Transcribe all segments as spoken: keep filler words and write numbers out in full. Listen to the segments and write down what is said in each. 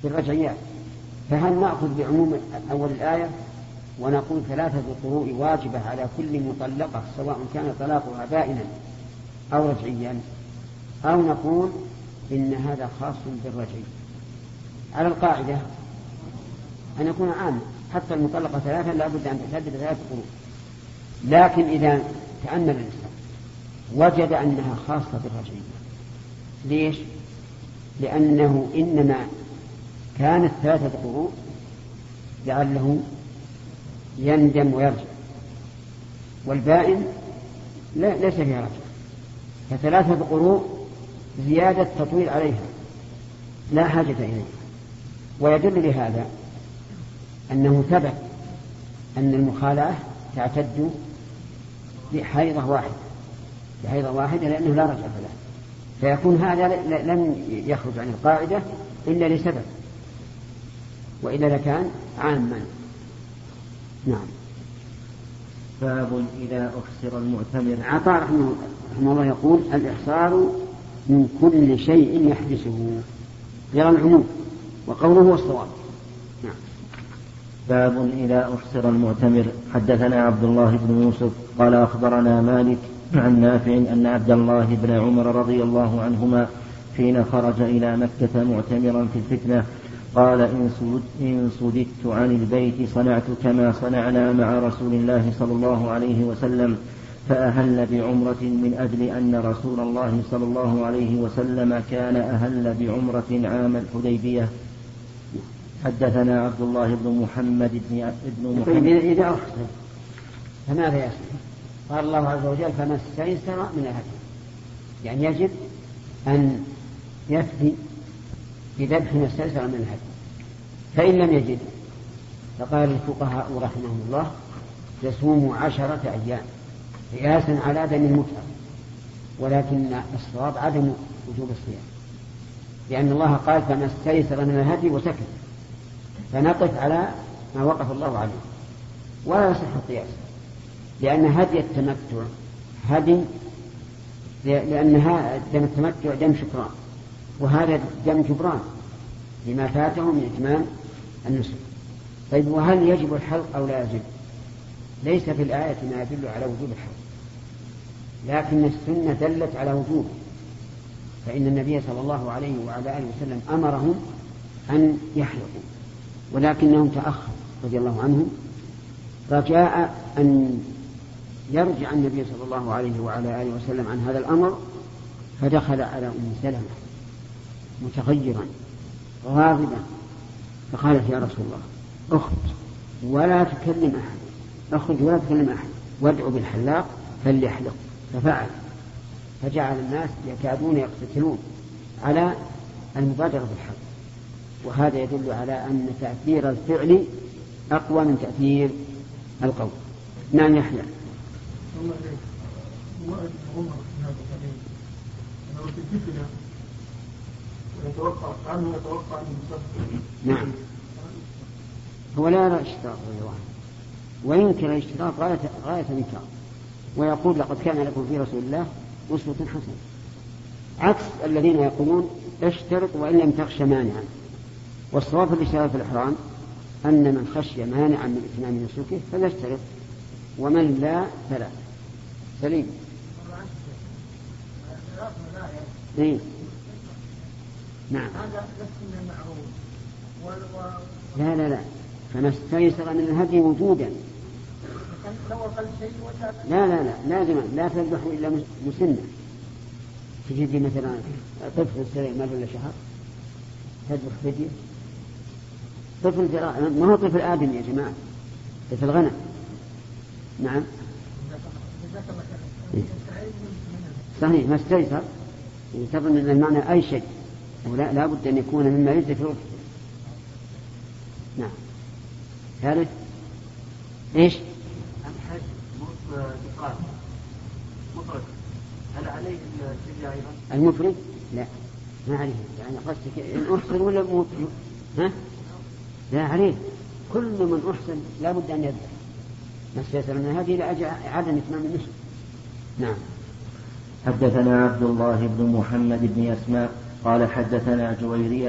بالرجعيات. فهل نأخذ بعموم أول الآية ونقول ثلاثة قروء واجبة على كل مطلقة سواء كان طلاقها بائنا أو رجعيا، أو نقول إن هذا خاص بالرجعي؟ على القاعدة أن يكون عاما، حتى المطلقة ثلاثة لا بد أن تسدد ثلاثة قروء. لكن إذا تأمل الإنسان وجد أنها خاصة بالرجعية. ليش؟ لأنه إنما كانت ثلاثة قروء لعله يندم ويرجع، والبائن ليس فيها رجع، فثلاثة قروء زيادة تطويل عليها لا حاجة إليها. ويدل لهذا أنه ثبت أن المخالعة تعتد بحيضة واحدة بحيضة واحدة لأنه لا رجع له، فيكون هذا لم يخرج عن القاعدة إلا لسبب، وإلا لكان عاما. نعم. باب إذا أحصر المعتمر. عطاء رحمه الله يقول الإحصار من كل شيء يحبسه غير العموم، وقوله هو الصواب. نعم. باب إذا أحصر المعتمر. حدثنا عبد الله بن يوسف قال أخبرنا مالك عن نافع أن عبد الله بن عمر رضي الله عنهما حين خرج إلى مكة معتمرا في الفتنة قال إن صددت عن البيت صنعت كما صنعنا مع رسول الله صلى الله عليه وسلم، فأهل بعمرة من أجل أن رسول الله صلى الله عليه وسلم كان أهل بعمرة عام الحديبية. حدثنا عبد الله بن محمد بن محمد. إذا أحسن فماذا يصنع؟ قال الله عز وجل فما استيسر من الهدي، يعني يجب أن يفدي بذبح ما استيسر من الهدي. فإن لم يجد فقال الفقهاء رحمهم الله يصوم عشرة أيام قياسا على دم المتعة، ولكن الصواب عدم وجوب الصيام، لأن الله قال فما استيسر من الهدي وسكت، فنقف على ما وقف الله عليه ولا يصح القياس، لأن هدي التمتع هدي، لأن دم التمتع دم شكران، وهذا دم جبران لما فاته من إتمام النسك. طيب وهل يجب الحلق أو لا يجب؟ ليس في الآية ما يدل على وجوب الحلق، لكن السنة دلت على وجوبه، فإن النبي صلى الله عليه وعلى آله وسلم أمرهم أن يحلقوا، ولكنهم تأخروا رضي الله عنهم رجاء أن يرجع النبي صلى الله عليه وعلى آله وسلم عن هذا الأمر، فدخل على أم سلمة متغيرا غاضبا فقالت يا رسول الله اخرج ولا تكلم أحد، اخرج ولا تكلم أحد وادعو بالحلاق فليحلق. ففعل، فجعل الناس يكادون يقتتلون على المبادرة بالحلق، وهذا يدل على أن تأثير الفعل أقوى من تأثير القول. نعم يحيى. نعم هو لا يرى اشتراط وينكر الاشتراط غاية غاية الإنكار، ويقول لقد كان لكم في رسول الله أسوة حسنة، عكس الذين يقولون اشترط وإن لم تخش مانعا. والصواب في الاشتراط في الإحرام أن من خشي مانعا من إتمام نسكه فليشترط، ومن لا فلا. سليم. إيه؟ نعم. لا لا لا فما استيسر من الهدي وجودا. لا لا لا لازم لا تذبحوا إلا مسنة. تجدي مثلا طفل سريع ما ولا شهر تذبح فدية، طفل ذراع ما هو طفل آدم يا جماعة، طفل غنم. نعم صحيح ما استيسر يتظن أن المعنى أي شيء، ولا لا بد أن يكون مما يجزي في الوقت. نعم. ثالث إيش؟ الحج مفرد مفرد هل عليه الفدية أيضا؟ المفرد لا ما عليه، يعني قصدك إن أحسن ولا مفرد؟ ها؟ لا عليه، كل من أحسن لا بد أن يذبح ما استيسر من هذه لعدم إتمام النسك. نعم. حدثنا عبد الله بن محمد بن أسماء قال حدثنا جويرية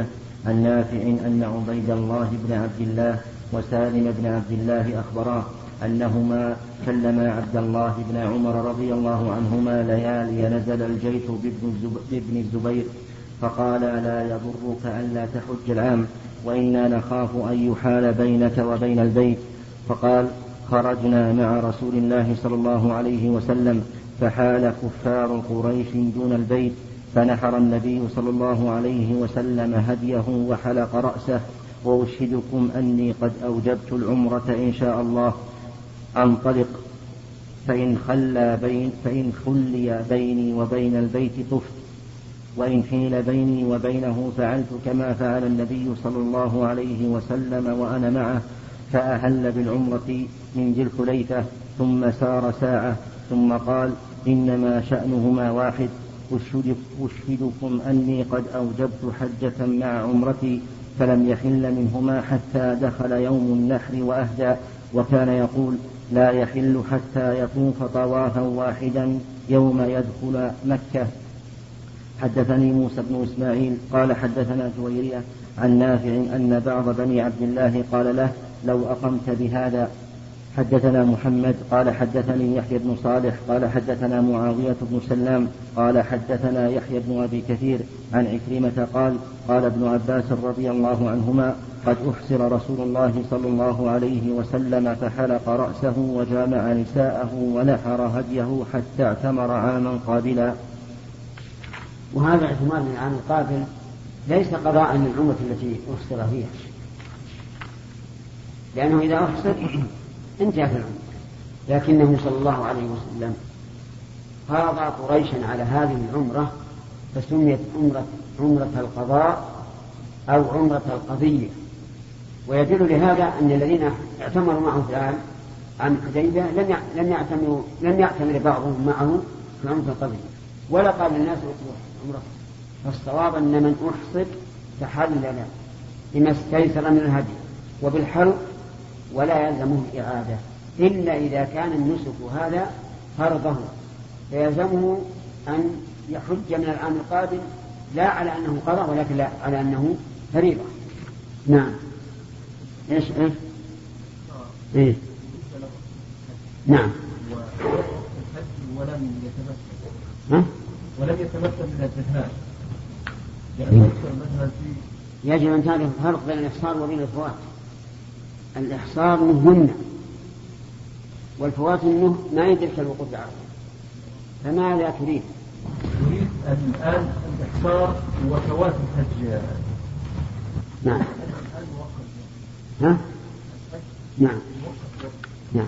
عن نافع أن عبيد الله بن عبد الله وسالم بن عبد الله أخبراه أنهما كلما عبد الله بن عمر رضي الله عنهما ليالي نزل الجيش بابن الزبير فقال لا يضرك ألا تحج العام وإنا نخاف أن يحال بينك وبين البيت. فقال خرجنا مع رسول الله صلى الله عليه وسلم فحال كفار قريش دون البيت فنحر النبي صلى الله عليه وسلم هديه وحلق رأسه وأشهدكم أني قد أوجبت العمرة إن شاء الله أنطلق فإن خلى بين فإن خلي بيني وبين البيت طفت وإن حيل بيني وبينه فعلت كما فعل النبي صلى الله عليه وسلم وأنا معه فأهل بالعمرة من ذي الحليفة ثم سار ساعة ثم قال إنما شأنهما واحد أشهدكم أني قد أوجبت حجة مع عمرتي فلم يحل منهما حتى دخل يوم النحر وأهدى وكان يقول لا يحل حتى يطوف طوافا واحدا يوم يدخل مكة. حدثني موسى بن إسماعيل قال حدثنا جويرية عن نافع أن بعض بني عبد الله قال له لو أقمت بهذا. حدثنا محمد قال حدثني يحيى بن صالح قال حدثنا معاوية بن سلام قال حدثنا يحيى بن أبي كثير عن عكرمة قال قال ابن عباس رضي الله عنهما قد أحصر رسول الله صلى الله عليه وسلم فحلق رأسه وجامع نساءه ونحر هديه حتى اعتمر عاما قابلا. وهذا اعتمار من العام القابل ليس قضاء للعمرة التي أحصر فيها، لأنه إذا أحصر انتهت العمرة، لكنه صلى الله عليه وسلم قاضى قريشا على هذه العمرة فسميت عمرة, عمرة القضاء أو عمرة القضية. ويدل لهذا أن الذين اعتمروا معه في العام عام الحديبية لم لم يعتمروا لم يعتمر بعضهم معه في عمرة القضية ولا قال للناس اطلبوا عمرة. فالصواب أن من أحصر تحلل بما استيسر من الهدي وبالحلق ولا يلزمه الإعادة إلا إذا كان النسك هذا فرضه فيلزمه أن يحج من العام القادم لا على أنه قضاء ولكن لا على أنه فريضة. نعم. إيش إيش إيه نعم. ولم يتمثل ها ولم يتمثل من الجهاد يعني مثلا في يجب أن تعرف الفرق بين الإحصار وبين الفوات. الإحصار مهمة والفوات منه ما يدرك الوقوف عرضه. فماذا تريد؟ أريد الآن الإحصار وفوات الحج. نعم. ها؟ نعم. نعم.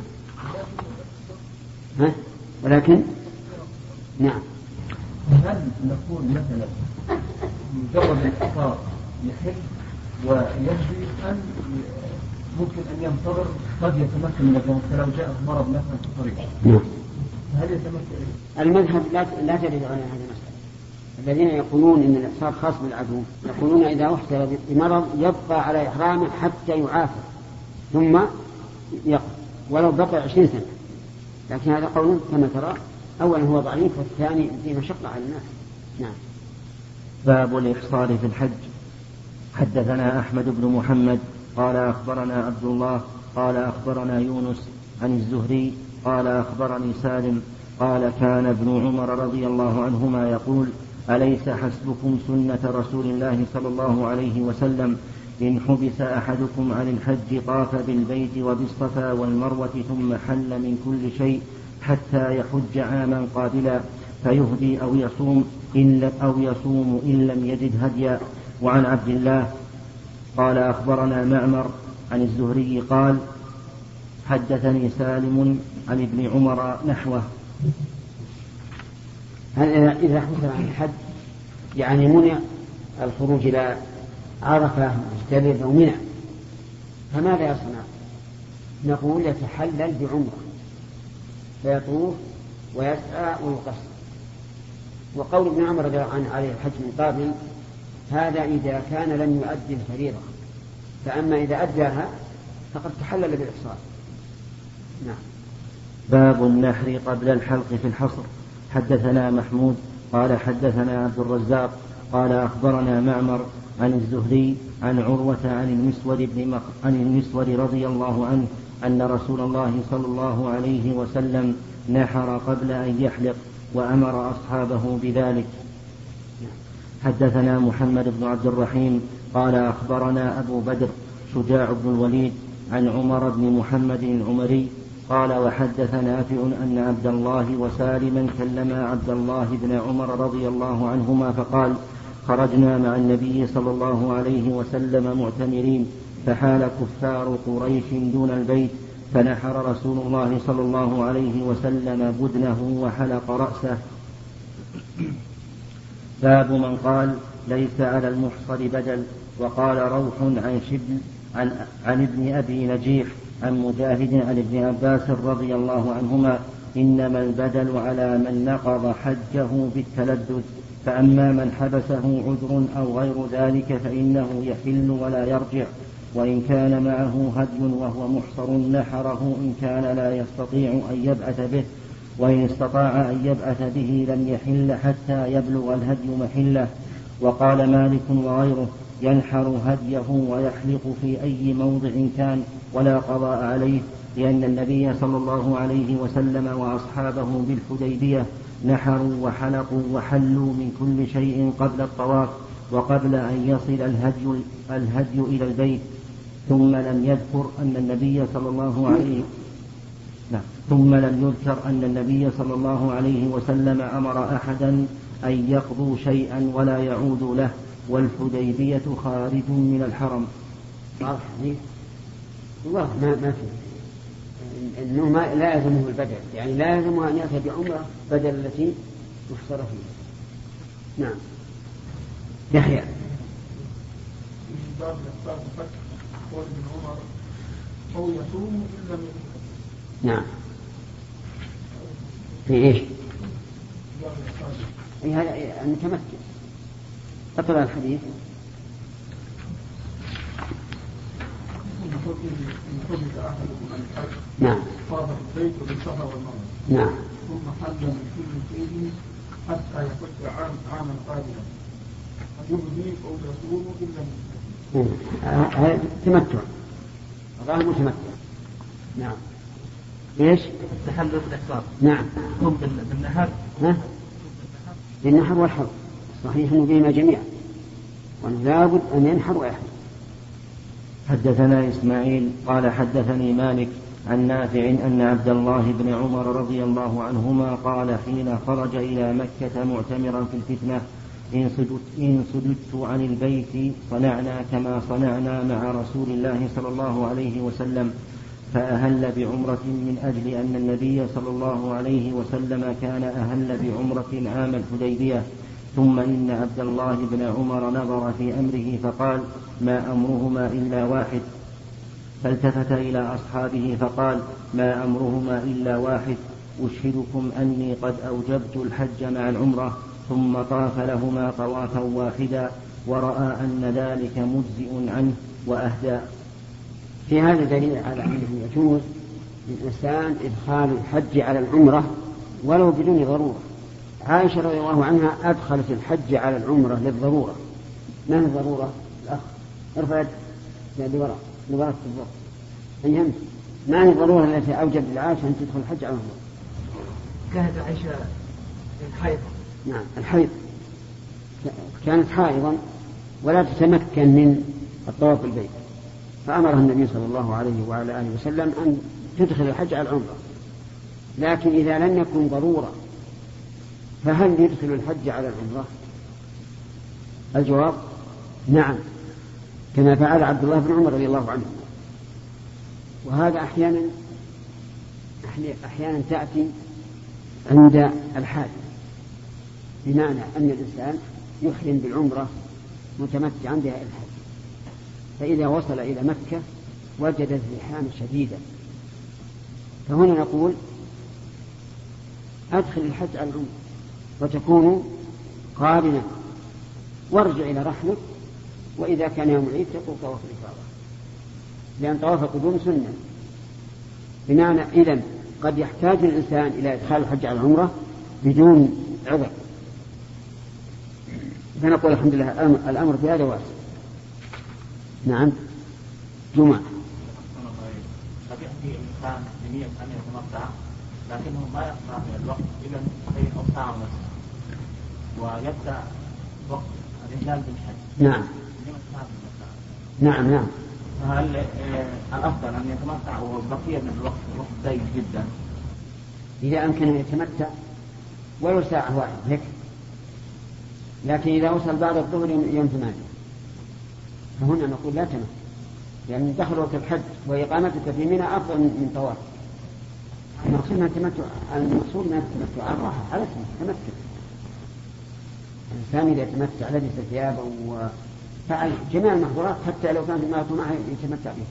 ها؟ ولكن نعم. هل نقول مثلا مجرد الإحصار يحل ويجري أم ممكن أن ينتظر قد يتمكن من الجنة فلو جاء مرض مثلا في الطريق؟ نعم. هل يتمكن؟ المذهب لا لا ترد على هذه المسألة. الذين يقولون إن الإحصار خاص بالعدو يقولون إذا احتل بمرض يبقى على إحرامه حتى يعافى ثم يقف ولو بقي عشرين سنة. لكن هذا قول كما ترى أولا هو ضعيف والثاني في مشقة على الناس. نعم. باب الإحصار في الحج. حدثنا أحمد بن محمد قال أخبرنا عبد الله قال أخبرنا يونس عن الزهري قال أخبرني سالم قال كان ابن عمر رضي الله عنهما يقول أليس حسبكم سنة رسول الله صلى الله عليه وسلم إن حبس أحدكم عن الحج طاف بالبيت وبالصفا والمروة ثم حل من كل شيء حتى يحج عاما قابلا فيهدي أو يصوم إن أو يصوم إن لم يجد هديا. وعن عبد الله قال أخبرنا معمر عن الزهري قال حدثني سالم عن ابن عمر نحوه. إذا حصل عن الحج يعني منع الخروج إلى عرفة مزدلفة أو منى فماذا يصنع؟ نقول يتحلل بعمرة فيطوف ويسعى ويقصر. وقول ابن عمر رضي الله عنه عليه الحج من قابل هذا إذا كان لم يؤدي الفريضة، فأما إذا أداها فقد تحلل بالإحصار. نعم. باب النحر قبل الحلق في الحصر. حدثنا محمود قال حدثنا عبد الرزاق قال أخبرنا معمر عن الزهري عن عروة عن المسور بن مخ... عن المسور رضي الله عنه أن رسول الله صلى الله عليه وسلم نحر قبل أن يحلق وأمر أصحابه بذلك. حدثنا محمد بن عبد الرحيم قال أخبرنا أبو بدر شجاع بن الوليد عن عمر بن محمد العمري قال وحدث نافع أن عبد الله وسالما كلما عبد الله بن عمر رضي الله عنهما فقال خرجنا مع النبي صلى الله عليه وسلم معتمرين فحال كفار قريش دون البيت فنحر رسول الله صلى الله عليه وسلم بدنه وحلق رأسه. باب من قال ليس على المحصر بدل. وقال روح عن شبل عن, عن ابن أبي نجيح عن مجاهد عن ابن عباس رضي الله عنهما إنما البدل على من نقض حجه بالتلدد فأما من حبسه عذر أو غير ذلك فإنه يحل ولا يرجع وإن كان معه هدي وهو محصر نحره إن كان لا يستطيع أن يبعث به وإن استطاع أن يبعث به لم يحل حتى يبلغ الهدي محله. وقال مالك وغيره ينحر هديه ويحلق في أي موضع كان ولا قضاء عليه لأن النبي صلى الله عليه وسلم وأصحابه بالحديبية نحروا وحلقوا وحلوا من كل شيء قبل الطواف وقبل أن يصل الهدي, الهدي إلى البيت ثم لم يذكر أن النبي صلى الله عليه لا. ثم لم يذكر أن النبي صلى الله عليه وسلم أمر أحدا أن يقضوا شيئا ولا يعود له والحديبية خارج من الحرم. والله ما ما في إنه ما لا يلزمه البدل يعني لا يلزمه أن يأتي بعمرة بدل التي يحصر فيها. نعم. يحيى. أو يصوم إلا من نعم. في إيش؟ أي هذا المتمكن. أطلع الحديث. نعم. طاف البيت بالصفا والمروة. نعم. ثم حل من كل شيء حتى يحج عام عاما قادما. يبني أو يصوم إلا من هذا تمتع. هذا متمتع. نعم. إيش؟ التحلل بالإحصار. نعم. هم بالنحر. ها؟ بالنحر والحلق. صحيح إنه بهما جميعا. وأنه لابد أن ينحر ويحلق. حدثنا إسماعيل قال حدثني مالك عن نافع أن عبد الله بن عمر رضي الله عنهما قال حين خرج إلى مكة معتمرا في الفتنة إن صددت, إن صددت عن البيت صنعنا كما صنعنا مع رسول الله صلى الله عليه وسلم فأهل بعمرة من أجل أن النبي صلى الله عليه وسلم كان أهل بعمرة عام الحديبية. ثم إن عبد الله بن عمر نظر في أمره فقال ما أمرهما إلا واحد فالتفت إلى أصحابه فقال ما أمرهما إلا واحد أشهدكم أني قد أوجبت الحج مع العمرة ثم طاف لهما طوافا واحدا ورأى أن ذلك مجزئ عنه وأهدى. في هذا دليل على أنه يجوز للإنسان إدخال الحج على العمرة ولو بدون ضرورة. عائشة رضي الله عنها أدخلت الحج على العمرة للضرورة. ما هي الضرورة؟ الأخ ارفع لوراء لوراء الضبط. أيهم ما هي الضرورة التي أوجب للعائشة أن تدخل الحج على العمرة؟ كانت عائشة الحيض. نعم الحيض كانت حائضا ولا تتمكن من الطواف بالبيت فأمرها النبي صلى الله عليه وعلى آله وسلم أن تدخل الحج على العمرة. لكن إذا لم يكن ضرورة فهل يدخل الحج على العمرة؟ الجواب نعم كما فعل عبد الله بن عمر رضي الله عنه. وهذا أحيانا أحيانا تأتي عند الحاج بمعنى أن الإنسان يحرم بالعمرة متمتعا بها الحج فإذا وصل إلى مكة وجد ازدحاما شديدا فهنا نقول أدخل الحج على العمرة وتكون قارنا وارجع إلى رحلك وإذا كان يوم العيد تقول طواف الإفاضة لأن طواف القدوم سنة. بمعنى إذن قد يحتاج الإنسان إلى إدخال الحج على العمرة بدون عذر فنقول الحمد لله الأمر في هذا واسع. نعم جمعة. قد يأتي الإنسان بنية أن يتمتع لكنه ما يقطع من الوقت إلى نصفين أو ساعة ونصف ويبدأ وقت الإهلال بالحج. نعم نعم نعم. فهل الأفضل أن يتمتع وبقية من الوقت وقت ضيق جدا؟ إذا أمكن أن يتمتع ولو ساعة واحدة هيك، لكن إذا وصل بعد الظهر يوم ثمانية فهنا نقول لا تمتع، لأن دخل وقت الحج وإقامتك في منى أفضل من طواف. المقصود من التمتع، المقصود من التمتع الراحة على اسمه تمتع. الإنسان إذا يتمتع لبس ثيابا وفعل جميع المحظورات حتى لو كانت امرأته معه يتمتع به.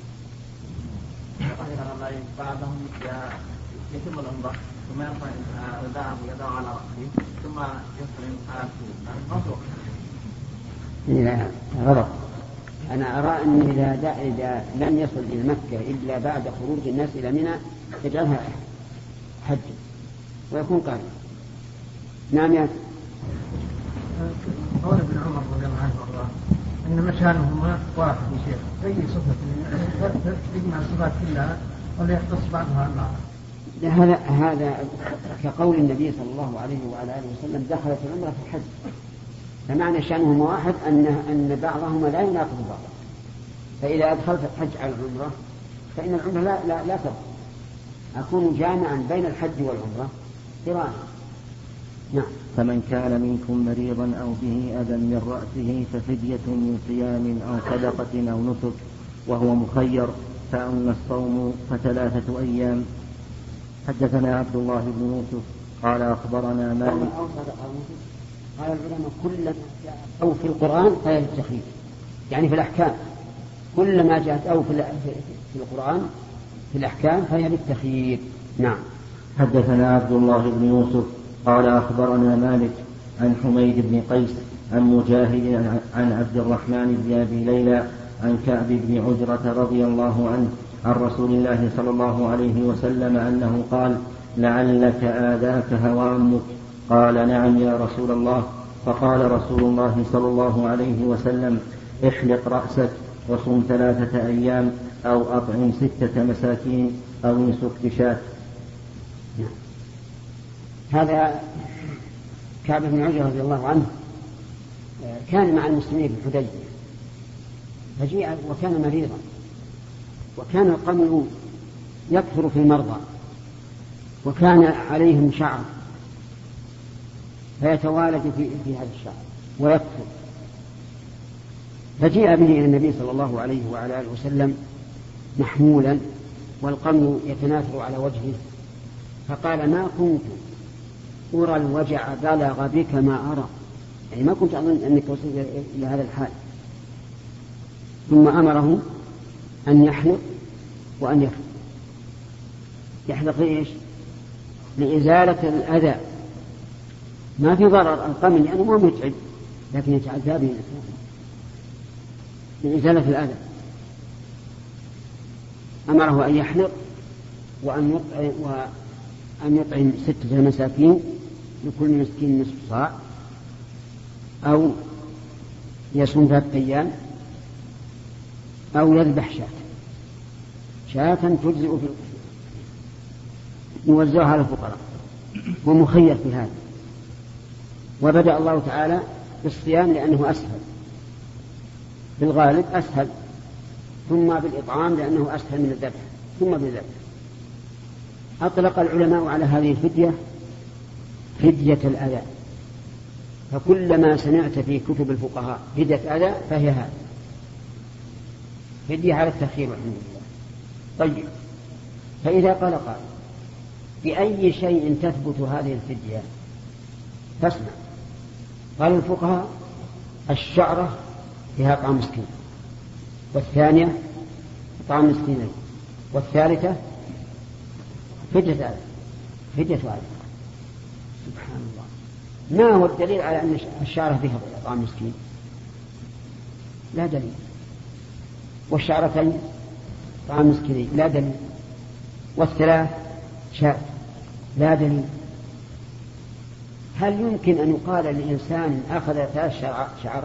بعضهم يتم العمرة ثم يرفع رداءه ويضع على رأسه ثم يصل على السوق. لا غلط. أنا أرى أن إذا, إذا لم يصل إلى مكة إلا بعد خروج الناس إلى منى يجعلها حج ويكون قارئ. نعم يا قول ابن عمر رضي الله عنه وارضاه ان مشانهما واحد يا شيخ، اي صفه تجمع الصفات كلها ولا يختص بعضها عن بعض؟ هذا هذا كقول النبي صلى الله عليه وعلى اله وسلم دخلت العمره في الحج، فمعنى شانهما واحد ان ان بعضهما لا يناقض بعضا، فاذا ادخلت الحج على العمره فان العمره لا لا, لا تضر، اكون جامعا بين الحج والعمره قرانا. نعم. فمن كان منكم مريضا أو به أذى من رأسه ففدية من صيام أو صدقة أو نسك وهو مخير، فأما الصوم فثلاثة أيام. حدثنا عبد الله بن يوسف قال أخبرنا مالك. قال العلماء كلما جاءت أو في القرآن فهي للتخيير، يعني في الأحكام كلما جاءت أو في القرآن في الأحكام فهي للتخيير. نعم. حدثنا عبد الله بن يوسف قال أخبرنا مالك عن حميد بن قيس عن مجاهد عن عبد الرحمن بن أبي ليلى عن كعب بن عجرة رضي الله عنه عن رسول الله صلى الله عليه وسلم أنه قال: لعلك آذاك هوى أمك؟ قال: نعم يا رسول الله. فقال رسول الله صلى الله عليه وسلم: احلق رأسك وصم ثلاثة أيام أو أطعم ستة مساكين أو انسك بشاة. هذا كعب بن عجرة رضي الله عنه كان مع المسلمين في الحديبية فجيء وكان مريضا، وكان القمع يكثر في المرضى وكان عليهم شعر فيتوالد في, في هذا الشعر ويكثر، فجيء به إلى النبي صلى الله عليه وعلى آله وسلم محمولا والقمع يتناثر على وجهه، فقال: ما كنت أرى الوجع بلغ بك ما أرى، يعني ما كنت أظن أنك وصلت إلى هذا الحال. ثم أمره أن يحلق وأن يحلق. يحلق ليش؟ لإزالة الأذى، ما في ضرر القمل لأنه ما متعب لكن يتعذى به الإنسان، لإزالة الأذى. أمره أن يحلق وأن يطعم, وأن يطعم ستة مساكين لكل مسكين نصف صاع، أو يصوم ثلاثة أيام، أو يذبح شاة شاة تجزئ في يوزعها على الفقراء، ومخير في هذا. وبدأ الله تعالى بالصيام لأنه أسهل بالغالب أسهل، ثم بالإطعام لأنه أسهل من الذبح، ثم بالذبح. أطلق العلماء على هذه الفدية فدية الأذى، فكلما سمعت في كتب الفقهاء فدية أذى فهي هذه فدية على التخيير والحمد لله. طيب، فإذا قال قال بأي شيء تثبت هذه الفدية فاسمع. قال الفقهاء: الشعرة فيها طعام مسكين، والثانية طعام مسكينين، والثالثة فدية آلة فدية آلة. سبحان الله، ما هو الدليل على أن الشعرة فيها طعام مسكين؟ لا دليل. والشعرتين طعام مسكينين لا دليل. والثلاث شاة لا دليل. هل يمكن أن يقال لإنسان أخذ ثلاث شعرات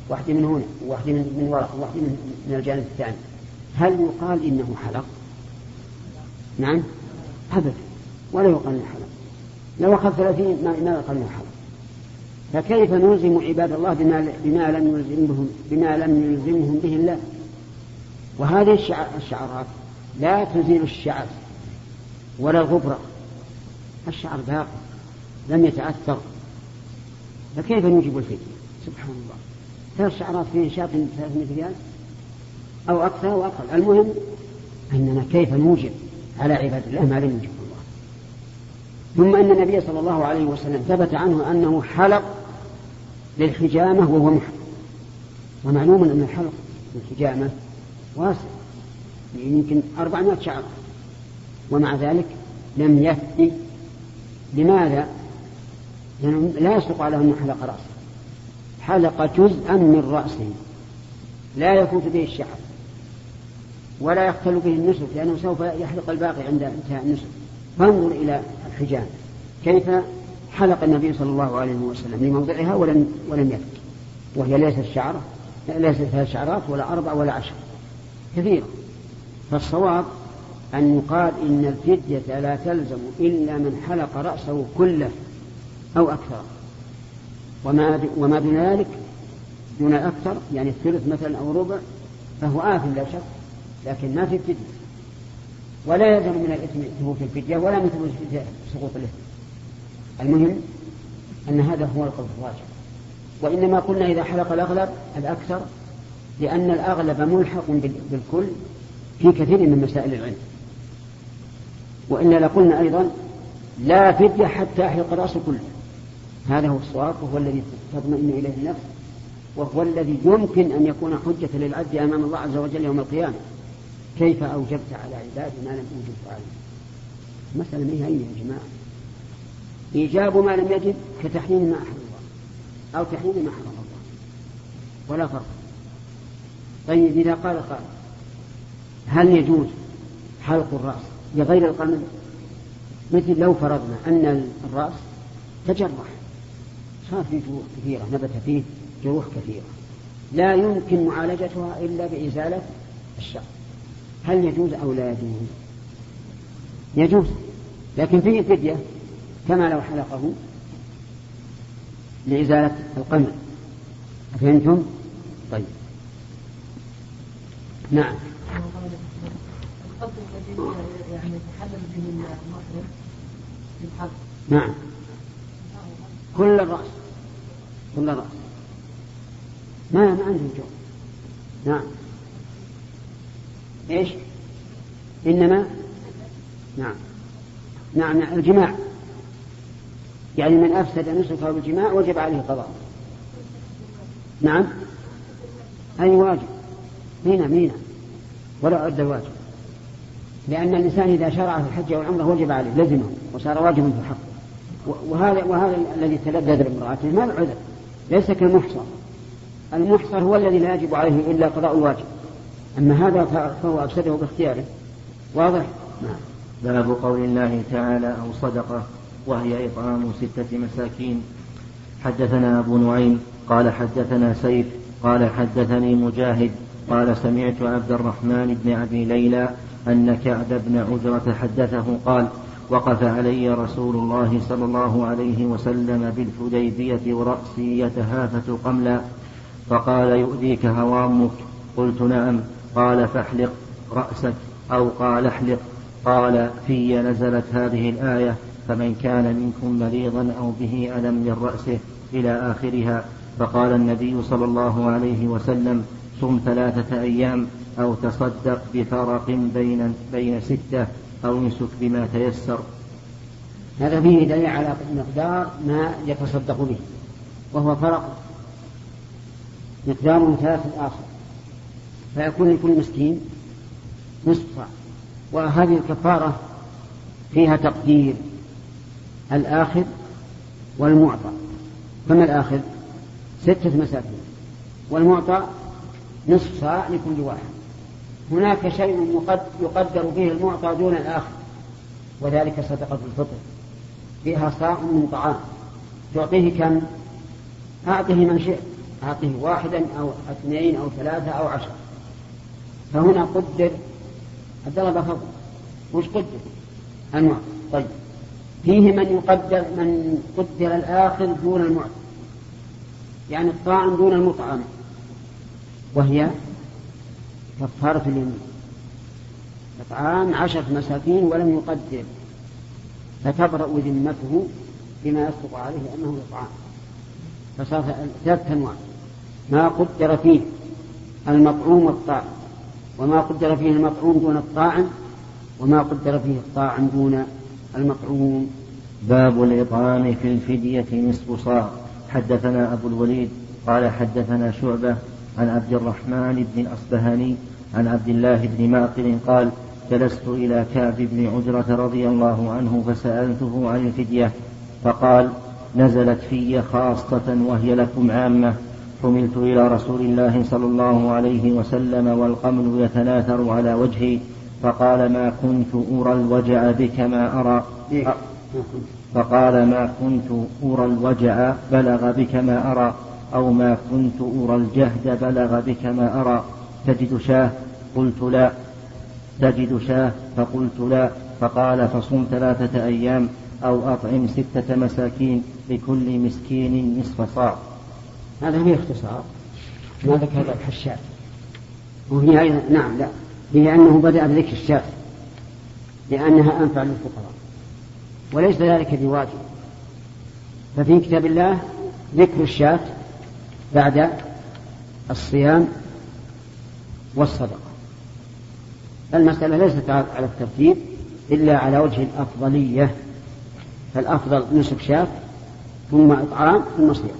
واحدة من هنا وواحدة من وراء وواحدة من الجانب الثاني، هل يقال إنه حلق؟ نعم أبدا، ولا يقال إنه حلق. لو أخذ ثلاثين ما يقال إنه حلق. فكيف نلزم عباد الله بما, بما, لم يلزمهم بما لم يلزمهم به الله؟ وهذه الشعرات لا تزيل الشعر ولا الغبرة، الشعر باقي لم يتأثر، فكيف نوجب الفدية؟ سبحان الله، ثلاث شعرات في شاة ثلاثمائة ريال أو أكثر أو أقل، المهم أننا كيف نوجب على عباد الله ما لم يوجب الله. ثم أن النبي صلى الله عليه وسلم ثبت عنه أنه حلق للحجامة وهو محرم، ومعلوم أن الحلق للحجامة واسع يمكن أربعمائة شعر، ومع ذلك لم يفتي. لماذا؟ لأنه لا يصدق على أنه حلق رأسه، حلق جزءا من رأسه لا يفوت به الشعر ولا يختل به النسك، لأنه سوف يحلق الباقي عند انتهاء النسك. فانظر إلى الحجام كيف حلق النبي صلى الله عليه وسلم لموضعها ولم ولم يفتي، وهي ليست شعرة، ليست ثلاث شعرات ولا أربع ولا عشر، كثيرة. فالصواب أن يقال إن الفدية لا تلزم إلا من حلق رأسه كله أو أكثر، وما وما دون ذلك دون أكثر يعني الثلث مثلا أو ربع فهو آثم لا شك، لكن ما في فدية، ولا يلزم من الإثم ثبوت الفدية ولا من ثبوت الفدية سقوط الإثم. المهم أن هذا هو القول الراجح. وإنما قلنا إذا حلق الأغلب الأكثر لأن الأغلب ملحق بالكل في كثير من مسائل العلم. وإلا لقلنا أيضا لا فدية حتى يحلق الرأس كله. هذا هو الصواب، وهو الذي تطمئن إليه النفس، وهو الذي يمكن أن يكون حجة للعبد أمام الله عز وجل يوم القيامة. كيف أوجبت على عبادي ما لم أوجب عليه؟ مسألة نهائية يا جماعة. إيجاب ما لم يجب كتحريم ما أحل الله أو تحريم ما حرم الله، ولا فرق. طيب إذا قال قال هل يجوز حلق الرأس بغير القرن؟ مثل لو فرضنا أن الرأس تجرح، صار فيه جروح كثيرة، نبت فيه جروح كثيرة لا يمكن معالجتها إلا بإزالة الشعر، هل يجوز أو لا يجوز؟ يجوز، لكن فيه فدية كما لو حلقه لإزالة القمل. أفهمتم؟ طيب نعم. القدر الذي يعني يتحلل به المحرم في الحج. نعم، كل الرأس كل الرأس ما ما عندهم جو. نعم. إيش؟ إنما نعم نعم الجماع، يعني من أفسد نسكه بالجماع وجب عليه قضاء. نعم أي واجب مينا مينا ولا عد الواجب، لأن الإنسان إذا شرع في الحج والعمرة وجب عليه لزمه وصار واجبا في حقه. وهذا وهذا الذي تلذذ بامرأته ما العذر، ليس كالمحصر. المحصر هو الذي لا يجب عليه إلا قضاء الواجب، أما هذا فهو أفسده باختياره. واضح؟ نعم. باب قول الله تعالى أو صدقة وهي إطعام ستة مساكين. حدثنا أبو نعيم قال حدثنا سيف قال حدثني مجاهد قال سمعت عبد الرحمن بن أبي ليلى أن كعب بن عجرة حدثه قال وقف علي رسول الله صلى الله عليه وسلم بالحديبية ورأسي يتهافت قملا فقال يؤذيك هوامك؟ قلت نعم. قال فاحلق رأسك أو قال احلق. قال في نزلت هذه الآية فمن كان منكم مريضا أو به ألم من رأسه إلى آخرها. فقال النبي صلى الله عليه وسلم صم ثلاثة أيام أو تصدق بفرق بين, بين ستة أو امسك بما تيسر. هذا فيه دليل على مقدار ما يتصدق به، وهو فرق مقدار من ثلاثة آخر، فيكون لكل مسكين نصف صاع. وهذه الكفارة فيها تقدير الآخذ والمعطى. فما الآخذ؟ ستة مساكين، والمعطى نصف صاع لكل واحد. هناك شيء يقدر به المعطى دون الآخر، وذلك صدقة الفطر، فيها صاع من طعام تعطيه كم؟ أعطه من شئت، أعطيه واحدا أو اثنين أو ثلاثة أو عشر. فهنا قدر الضرب فضل، وش قدر؟ أنواع. طيب فيه من يقدر من قدر الآخر دون المعطي، يعني الطاعم دون المطعم، وهي كفارة اليمين، إطعام عشرة مساكين ولم يقدر، فتبرأ ذمته بما يصدق عليه أنه إطعام. فصار ثلاثة أنواع: ما قدر فيه المطعوم والطاعم، وما قدر فيه المطعوم دون الطاعم، وما قدر فيه الطاعم دون المطعوم. باب الإطعام في الفدية نصف صاع. حدثنا أبو الوليد قال حدثنا شعبة عن عبد الرحمن بن الأصبهاني عن عبد الله بن معقل قال: جلست إلى كعب بن عجرة رضي الله عنه فسألته عن الفدية، فقال: نزلت في خاصة وهي لكم عامة. حملت إلى رسول الله صلى الله عليه وسلم والقمل يتناثر على وجهي، فقال: ما كنت أرى الوجع بك ما أرى فقال ما كنت أرى الوجع بلغ بك ما أرى أو ما كنت أرى الجهد بلغ بك ما أرى. تجد شاه؟ قلت لا. تجد شاه؟ فقلت لا. فقال: فصم ثلاثة أيام أو أطعم ستة مساكين لكل مسكين نصف صاع. هذا هو اختصار ما ذكر الحشاد. وهي أيضا نعم لا هي أنه بدأ بذكر الشاة لأنها أنفع للفقراء، وليس ذلك بواجب. ففي كتاب الله ذكر الشاة بعد الصيام والصدقة. المسألة ليست على الترتيب إلا على وجه الأفضلية، فالأفضل نصف شاة ثم إطعام ثم صيام.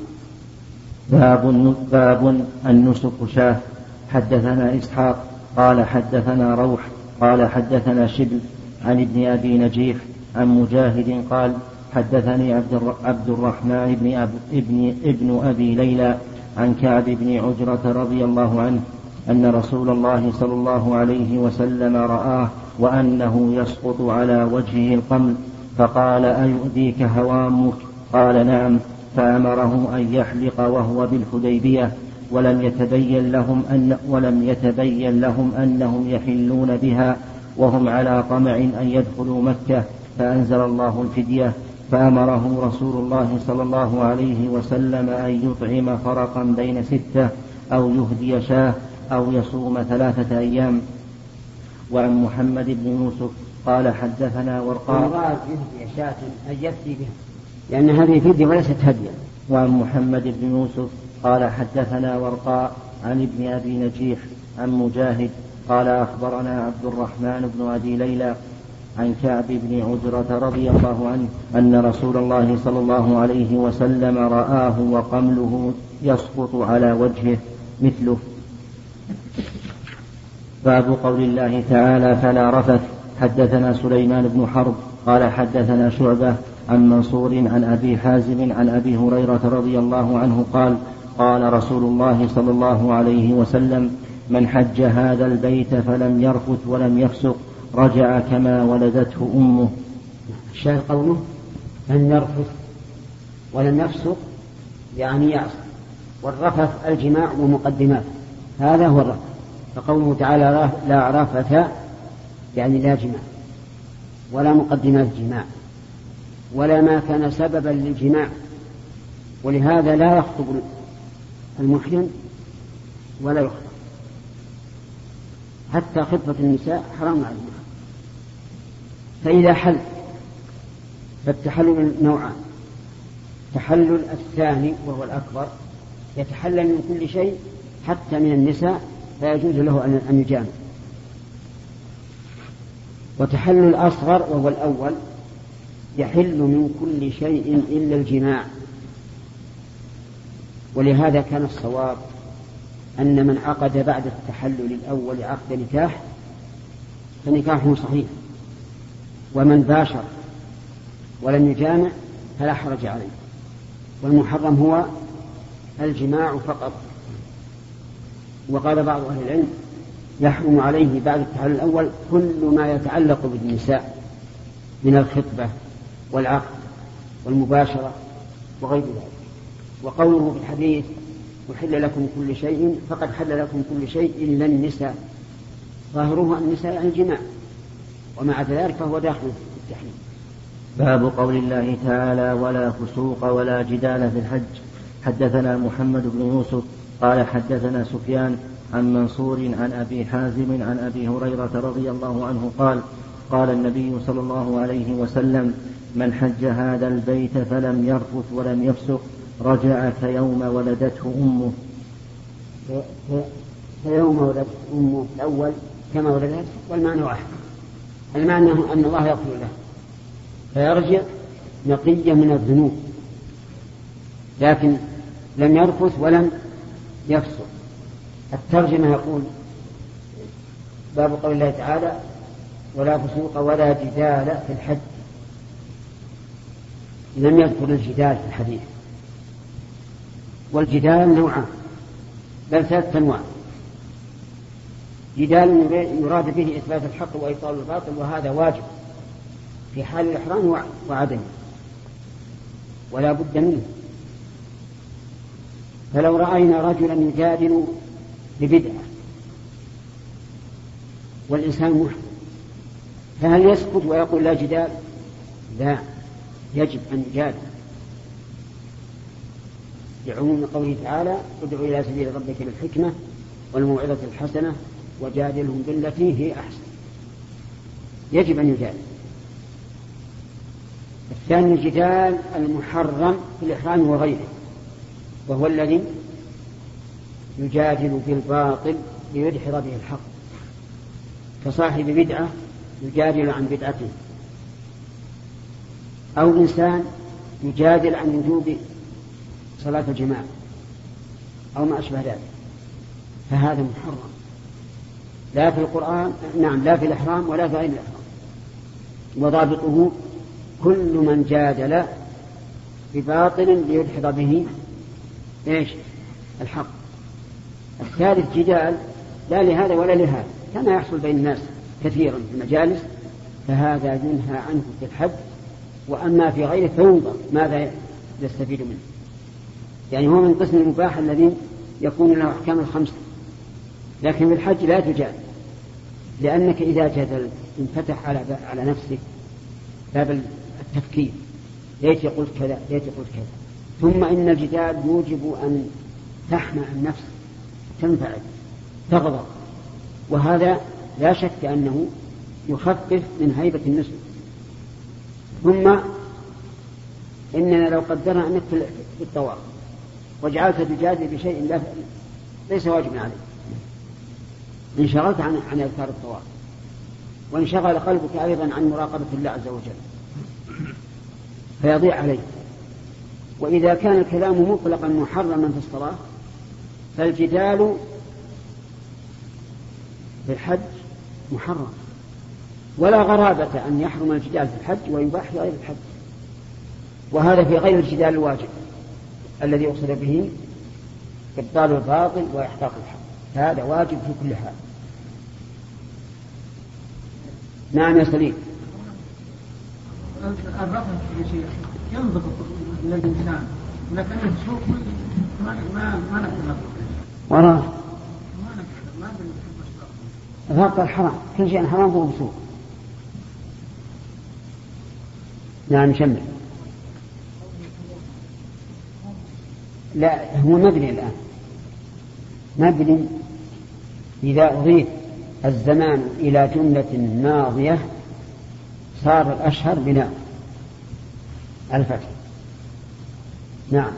باب باب النسك شاة. حدثنا إسحاق قال حدثنا روح قال حدثنا شبل عن ابن أبي نجيح عن مجاهد قال: حدثني عبد الرحمن بن, أب ابن, ابن أبي ليلى عن كعب بن عجرة رضي الله عنه أن رسول الله صلى الله عليه وسلم رآه وأنه يسقط على وجهه القمل، فقال: أيؤذيك هوامك؟ قال: نعم. فأمره أن يحلق وهو بالحديبية، ولم يتبين لهم أن ولم يتبين لهم أنهم يحلون بها وهم على طمع أن يدخلوا مكة، فأنزل الله الفدية، فأمره رسول الله صلى الله عليه وسلم أن يطعم فرقا بين ستة أو يهدي شاه أو يصوم ثلاثة أيام. وعن محمد بن يوسف قال حدثنا ورقاء يهدي شاة أن يفتي بها لأن هذه فدية وليست هدية. وعن محمد بن يوسف قال حدثنا ورقاء عن ابن أبي نجيح عن مجاهد قال: أخبرنا عبد الرحمن بن أبي ليلى عن كعب بن عجرة رضي الله عنه أن رسول الله صلى الله عليه وسلم رآه وقمله يسقط على وجهه مثله. باب قول الله تعالى: فلا رفث. حدثنا سليمان بن حرب قال حدثنا شعبة عن منصور عن أبي حازم عن أبي هريرة رضي الله عنه قال: قال رسول الله صلى الله عليه وسلم: من حج هذا البيت فلم يرفث ولم يفسق رجع كما ولدته أمه. الشاهد قوله لم يرفث ولم يفسق يعني يعصي، والرفث الجماع ومقدمات، هذا هو الرفث. فقوله تعالى لا رفث يعني لا جماع ولا مقدمات جماع ولا ما كان سببا للجماع، ولهذا لا يخطب المحرم ولا يخطب، حتى خطبة النساء حرام على المحرم. فإذا حل فالتحلل نوعان: التحلل الثاني وهو الأكبر يتحلل من كل شيء حتى من النساء فيجوز له أن يجامع، وتحلل الأصغر وهو الأول يحل من كل شيء إلا الجماع. ولهذا كان الصواب أن من عقد بعد التحلل الأول عقد نكاح فنكاحه صحيح، ومن باشر ولم يجامع فلا حرج عليه. والمحرم هو الجماع فقط. وقال بعض أهل العلم: يحرم عليه بعد التحلل الأول كل ما يتعلق بالنساء من الخطبة والعقد والمباشرة وغير ذلك. وقوله في الحديث أحل لكم كل شيء فقد حل لكم كل شيء إلا النساء، ظاهره النساء يعني الجماع، ومع ذلك فهو داخل في التحريم. باب قول الله تعالى ولا فسوق ولا جدال في الحج. حدثنا محمد بن يوسف قال حدثنا سفيان عن منصور عن أبي حازم عن أبي هريرة رضي الله عنه قال قال النبي صلى الله عليه وسلم من حج هذا البيت فلم يرفث ولم يفسق رجع كيوم ولدته أمه. كيوم ولدته أمه الأول كما ولدته، والمعنى واحد، المعنى أن الله يغفر له فيرجع نقيا من الذنوب، لكن لم يرفث ولم يفسق. الترجمة يقول باب قول الله تعالى ولا فسوق ولا جدال في الحج، لم يذكر الجدال في الحديث، والجدال نوعان بل ثلاثة أنواع. جدال يراد به إثبات الحق وإبطال الباطل، وهذا واجب في حال الإحرام وعدمه ولا بد منه. فلو رأينا رجلا يجادل ببدعة والإنسان محرم فهل يسكت ويقول لا جدال؟ لا، يجب أن يجادل لعموم قوله تعالى ادع إلى سبيل ربك بالحكمة والموعظة الحسنة وجادلهم بالتي هي أحسن. يجب أن يجادل. الثاني الجدال المحرم في الإحرام وغيره، وهو الذي يجادل بالباطل ليدحض به الحق، كصاحب بدعة يجادل عن بدعته، أو إنسان يجادل عن وجوب صلاة الجماعة أو ما أشبه ذلك، فهذا محرم لا في القرآن، نعم لا في الإحرام ولا في غير الإحرام. وضابطه كل من جادل بباطل ليدحض به إيش الحق. الثالث جدال لا لهذا ولا لهذا، كما يحصل بين الناس كثيرا في المجالس، فهذا ينهى عنه في الحج. وأما في غيره فينظر ماذا يستفيد منه، يعني هو من قسم المباح الذي يكون له أحكام الخمسة. لكن في الحج لا تجادل، لأنك إذا جدل انفتح على على نفسك باب التفكير، ليت قلت كذا ليت قلت كذا. ثم إن الجدال يوجب أن تحمى النفس، تنفعل، تغضب، وهذا لا شك أنه يخفف من هيبة النسل. ثم إننا لو قدرنا أنك في الطواف وجعلت تجادل بشيء لا ليس واجبا عليك، انشغلت عن عن أذكار الطواف، وانشغل قلبك أيضا عن مراقبة الله عز وجل فيضيع عليك. وإذا كان الكلام مطلقا محرما في الصلاة فالجدال في الحج محرم، ولا غرابة أن يحرم الجدال في الحج ويباح في غير الحج. وهذا في غير الجدال الواجب الذي يقصد به إبطال الباطل وإحقاق الحق، هذا واجب في كل حال. نعم يا سليم. الرفض يا شيخ ينضبط للإنسان، ولكن السوق ما ما ما نقدر وراه ما نقدر ما بنحب الغرق الحرام، كل شيء حرام هو سوق. نعم شمل. لا هو مبني الآن، مبني إذا أضيف الزمان إلى جملة ماضية صار الأشهر بناء الفتح. نعم.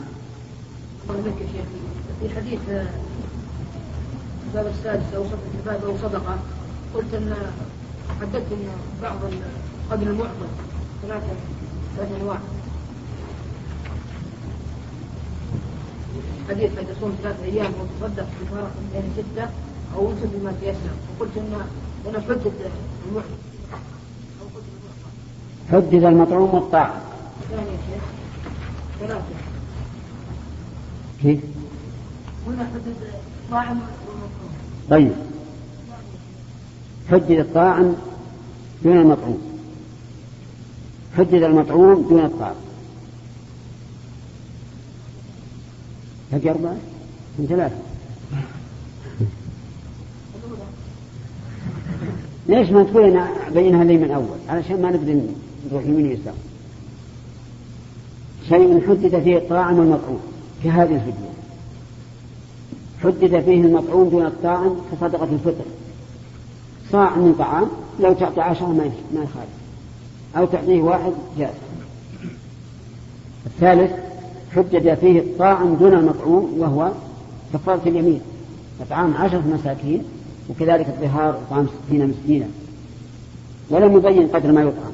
في حديث الباب السادس أو الباب أو صدقة قلت أن حددت أن بعض قبل المعطى ثلاثة ثلاثة أنواع. حديث قد تصوم ثلاثة أيام وتصدق بفرق بين ستة أو وصل بما تيسر، وقلت أن أنا حدد المعطى أو قلت المعطى حدد المطعوم والطاعم. ثاني يا شيخ ثلاثة. كيف؟ هنا حدد الطاعم والمطعوم. طيب حدد الطاعم دون المطعوم، حدد المطعوم دون الطاعم، هذه أربعة. من ثلاثة. ليش ما تقول أنا بينها لي من أول علشان ما نقدر نروح يمين ويسار. شيء حدد فيه الطاعم والمطعوم كهذه الفدية، حدد فيه المطعوم دون الطاعم كصدقة الفطر، صاع من طعام لو تعطي عشرة ما يخالف، أو تعطيه واحد جاز. الثالث حدد فيه الطاعم دون المطعوم وهو كفارة اليمين، إطعام عشرة مساكين وكذلك الظهار إطعام ستين مسكينا، ولم يبين قدر ما يطعم.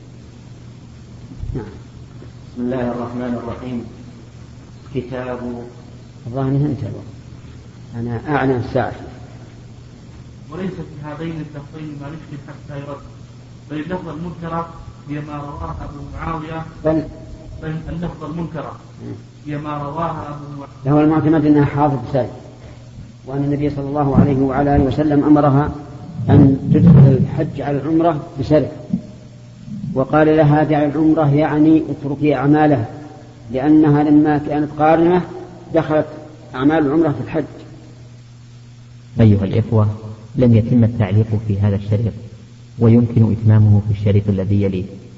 نعم. بسم الله الرحمن الرحيم. كتاب الظاهر انتهى، أنا أعلم الساعة. وليس في هذين اللفظين ما يشبه حتى يرد، بل اللفظ المنكرة هي ما رواه أبو معاوية بل بل اللفظ المنكرة هي ما رواه أبو معاوية. له المعتمد أنها حافظ سالم، وأن النبي صلى الله عليه وعلى آله وسلم أمرها أن تدخل الحج على العمرة بسرعة، وقال لها دع العمرة يعني اتركي أعمالها، لأنها لما كانت قارنة دخلت أعمال العمرة في الحج. أيها الإخوة، لم يتم التعليق في هذا الشريط، ويمكن إتمامه في الشريط الذي يليه.